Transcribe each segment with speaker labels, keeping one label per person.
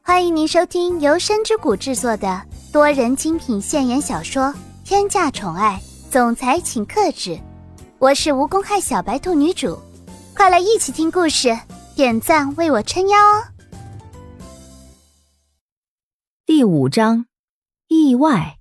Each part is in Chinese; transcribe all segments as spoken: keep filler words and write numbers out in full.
Speaker 1: 欢迎您收听由深之谷制作的多人精品现言小说《天价宠爱总裁请克制》，我是无公害小白兔女主，快来一起听故事，点赞为我撑腰哦。
Speaker 2: 第五章，意外。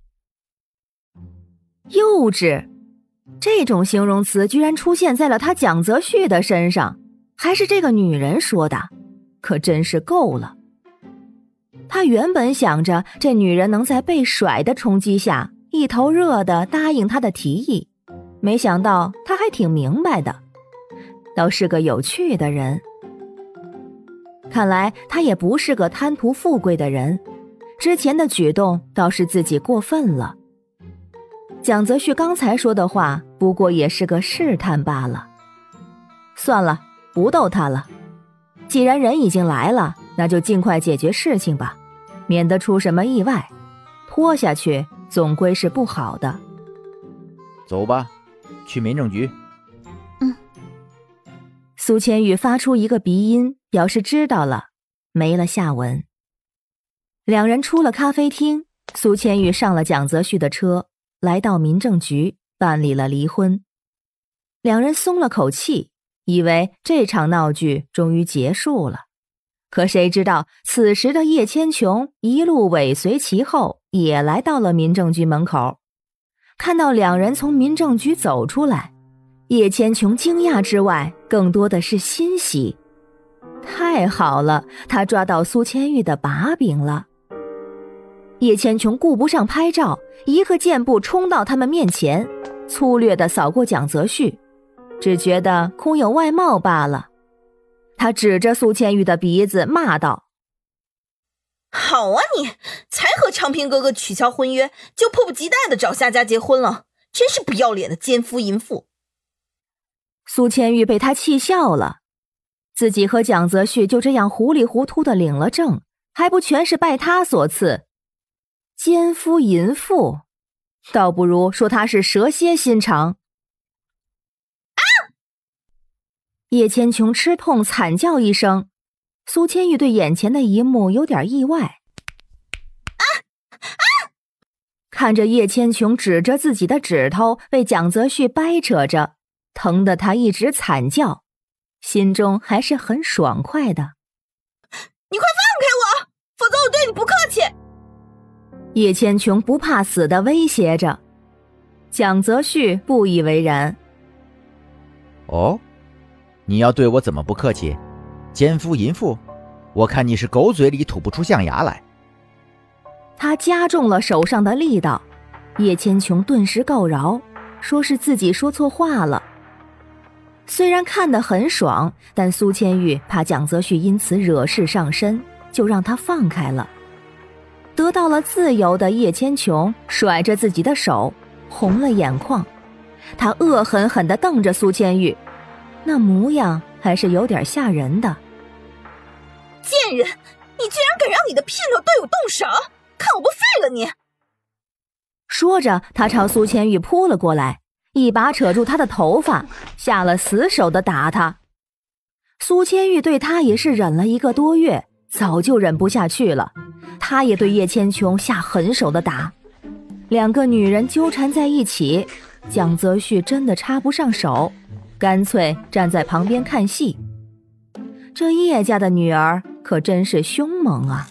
Speaker 2: 幼稚，这种形容词居然出现在了他蒋泽旭的身上，还是这个女人说的，可真是够了。他原本想着这女人能在被甩的冲击下一头热的答应他的提议，没想到他还挺明白的，倒是个有趣的人。看来他也不是个贪图富贵的人，之前的举动倒是自己过分了。蒋泽旭刚才说的话不过也是个试探罢了。算了，不逗他了，既然人已经来了，那就尽快解决事情吧，免得出什么意外，拖下去总归是不好的。
Speaker 3: 走吧，去民政局。
Speaker 1: 嗯。
Speaker 2: 苏千玉发出一个鼻音，表示知道了，没了下文。两人出了咖啡厅，苏千玉上了蒋泽旭的车，来到民政局办理了离婚。两人松了口气，以为这场闹剧终于结束了。可谁知道此时的叶千琼一路尾随其后，也来到了民政局门口。看到两人从民政局走出来，叶千琼惊讶之外更多的是欣喜。太好了，他抓到苏千玉的把柄了。叶千琼顾不上拍照，一个箭步冲到他们面前，粗略地扫过蒋泽旭，只觉得空有外貌罢了。他指着苏千玉的鼻子骂道：
Speaker 4: 好啊你，才和长平哥哥取消婚约，就迫不及待地找夏家结婚了，真是不要脸的奸夫淫妇。
Speaker 2: 苏千玉被他气笑了，自己和蒋泽旭就这样糊里糊涂地领了证，还不全是拜他所赐。奸夫淫妇，倒不如说他是蛇蝎心肠。
Speaker 4: 啊！
Speaker 2: 叶千琼吃痛惨叫一声，苏千玉对眼前的一幕有点意外。
Speaker 4: 啊啊！
Speaker 2: 看着叶千琼指着自己的指头被蒋泽旭掰扯着，疼得他一直惨叫，心中还是很爽快的。
Speaker 4: 你快放开我，否则我对你不客气！
Speaker 2: 叶千琼不怕死地威胁着。蒋泽旭不以为然。
Speaker 3: 哦，你要对我怎么不客气？奸夫淫妇，我看你是狗嘴里吐不出象牙来。
Speaker 2: 他加重了手上的力道，叶千琼顿时告饶，说是自己说错话了。虽然看得很爽，但苏千玉怕蒋泽旭因此惹事上身，就让他放开了。得到了自由的叶千琼甩着自己的手，红了眼眶，他恶狠狠地瞪着苏千玉，那模样还是有点吓人的。
Speaker 4: 贱人，你居然敢让你的姘头对我动手，看我不废了你！
Speaker 2: 说着，他朝苏千玉扑了过来，一把扯住他的头发，下了死手的打他。苏千玉对他也是忍了一个多月，早就忍不下去了，他也对叶千琼下狠手的打。两个女人纠缠在一起，蒋泽旭真的插不上手，干脆站在旁边看戏。这叶家的女儿可真是凶猛啊。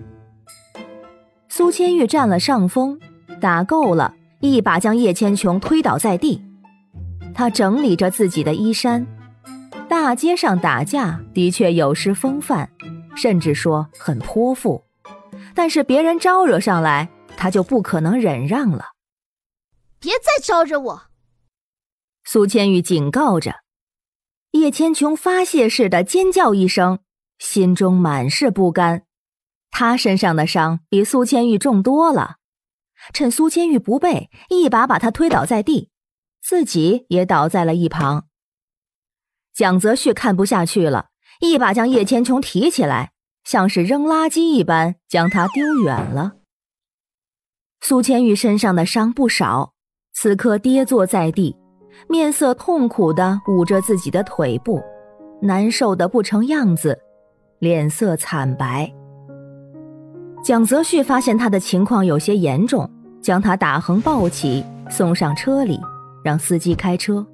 Speaker 2: 苏千玉占了上风，打够了，一把将叶千琼推倒在地。他整理着自己的衣衫，大街上打架的确有失风范，甚至说很泼妇，但是别人招惹上来，他就不可能忍让了。
Speaker 1: 别再招惹我！
Speaker 2: 苏千玉警告着。叶千琼发泄似的尖叫一声，心中满是不甘。他身上的伤比苏千玉重多了，趁苏千玉不备，一把把他推倒在地，自己也倒在了一旁。蒋泽旭看不下去了，一把将叶千琼提起来，像是扔垃圾一般将他丢远了。苏千玉身上的伤不少，此刻跌坐在地，面色痛苦地捂着自己的腿部，难受得不成样子，脸色惨白。 蒋泽旭发现他的情况有些严重，将他打横抱起，送上车里，让司机开车。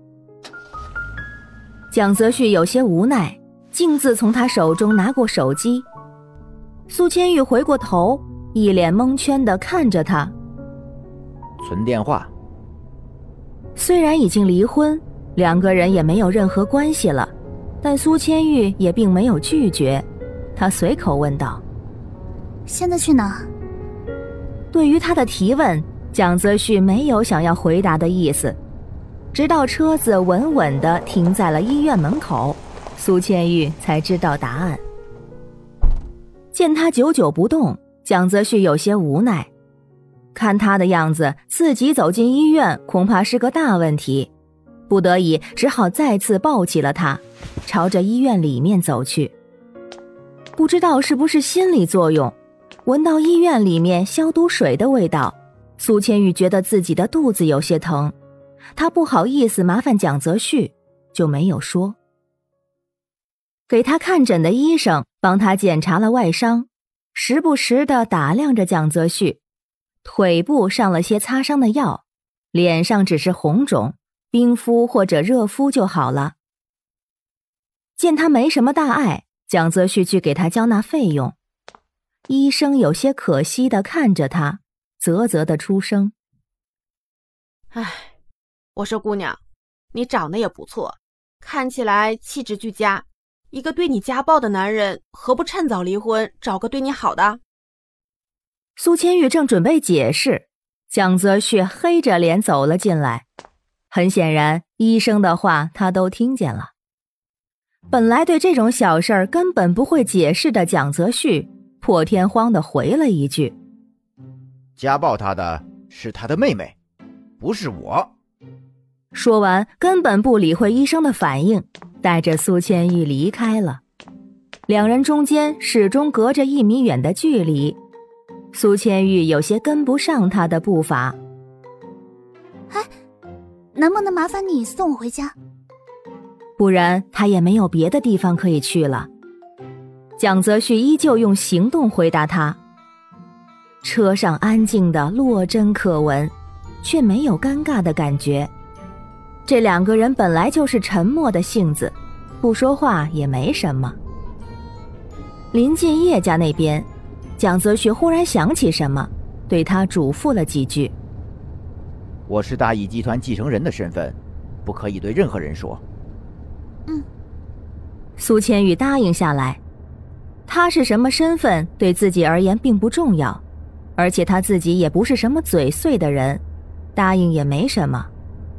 Speaker 2: 蒋泽旭有些无奈，径自从他手中拿过手机。苏千玉回过头，一脸蒙圈地看着他。
Speaker 3: 存电话。
Speaker 2: 虽然已经离婚，两个人也没有任何关系了，但苏千玉也并没有拒绝。他随口问道：
Speaker 1: 现在去哪？
Speaker 2: 对于他的提问，蒋泽旭没有想要回答的意思，直到车子稳稳地停在了医院门口，苏千玉才知道答案。见他久久不动，蒋泽旭有些无奈，看他的样子，自己走进医院恐怕是个大问题，不得已只好再次抱起了他，朝着医院里面走去。不知道是不是心理作用，闻到医院里面消毒水的味道，苏千玉觉得自己的肚子有些疼，她不好意思麻烦蒋泽旭，就没有说。给他看诊的医生帮他检查了外伤，时不时地打量着蒋泽旭，腿部上了些擦伤的药，脸上只是红肿，冰敷或者热敷就好了。见他没什么大碍，蒋泽旭去给他交纳费用。医生有些可惜地看着他，啧啧地出声：
Speaker 5: 唉，我说姑娘，你长得也不错，看起来气质俱佳，一个对你家暴的男人，何不趁早离婚，找个对你好的？
Speaker 2: 苏千玉正准备解释，蒋泽旭黑着脸走了进来。很显然，医生的话他都听见了。本来对这种小事儿根本不会解释的蒋泽旭，破天荒地回了一句：
Speaker 3: 家暴他的是他的妹妹，不是我。
Speaker 2: 说完，根本不理会医生的反应，带着苏千玉离开了。两人中间始终隔着一米远的距离，苏千玉有些跟不上他的步伐。
Speaker 1: 哎，能不能麻烦你送我回家？
Speaker 2: 不然他也没有别的地方可以去了。蒋泽旭依旧用行动回答他。车上安静的落针可闻，却没有尴尬的感觉。这两个人本来就是沉默的性子，不说话也没什么。临近叶家那边，蒋泽旭忽然想起什么，对他嘱咐了几句：
Speaker 3: 我是大义集团继承人的身份，不可以对任何人说。
Speaker 1: 嗯。
Speaker 2: 苏千玉答应下来。他是什么身份对自己而言并不重要，而且他自己也不是什么嘴碎的人，答应也没什么。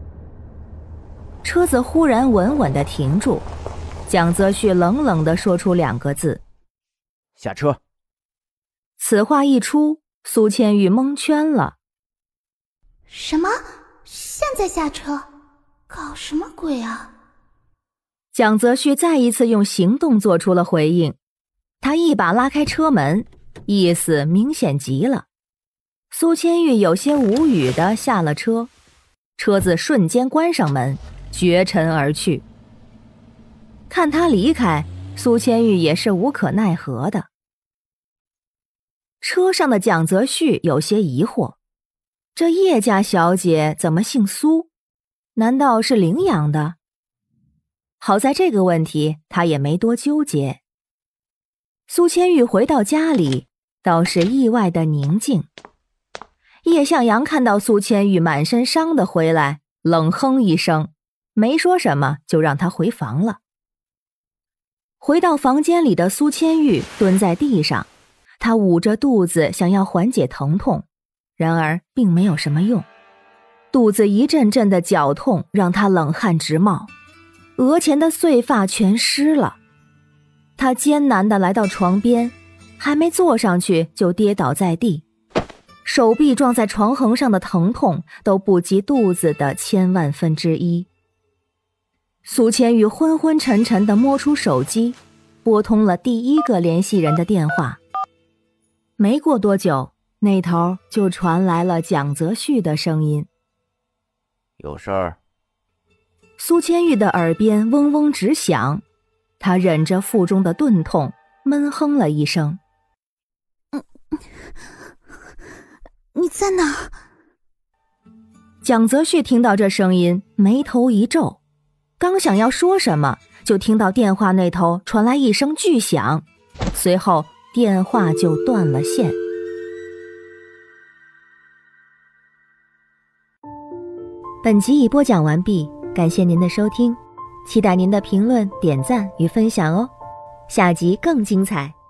Speaker 2: 车子忽然稳稳地停住，蒋泽旭冷冷地说出两个字：
Speaker 3: 下车。
Speaker 2: 此话一出，苏千玉蒙圈了。
Speaker 1: 什么？现在下车？搞什么鬼啊？
Speaker 2: 蒋泽旭再一次用行动做出了回应，他一把拉开车门，意思明显极了。苏千玉有些无语地下了车，车子瞬间关上门，绝尘而去。看他离开，苏千玉也是无可奈何的。车上的蒋泽旭有些疑惑，这叶家小姐怎么姓苏？难道是领养的？好在这个问题他也没多纠结。苏千玉回到家里，倒是意外的宁静。叶向阳看到苏千玉满身伤的回来，冷哼一声，没说什么就让他回房了。回到房间里的苏千玉蹲在地上，她捂着肚子想要缓解疼痛，然而并没有什么用。肚子一阵阵的绞痛让她冷汗直冒，额前的碎发全湿了。她艰难地来到床边，还没坐上去就跌倒在地，手臂撞在床横上的疼痛都不及肚子的千万分之一。苏千玉昏昏沉沉地摸出手机，拨通了第一个联系人的电话。没过多久，那头就传来了蒋泽旭的声音：
Speaker 3: 有事儿？
Speaker 2: 苏千玉的耳边嗡嗡直响，她忍着腹中的钝痛，闷哼了一声：
Speaker 1: 嗯你在哪？
Speaker 2: 蒋泽旭听到这声音，眉头一皱，刚想要说什么，就听到电话那头传来一声巨响，随后电话就断了线。本集已播讲完毕，感谢您的收听，期待您的评论、点赞与分享哦，下集更精彩。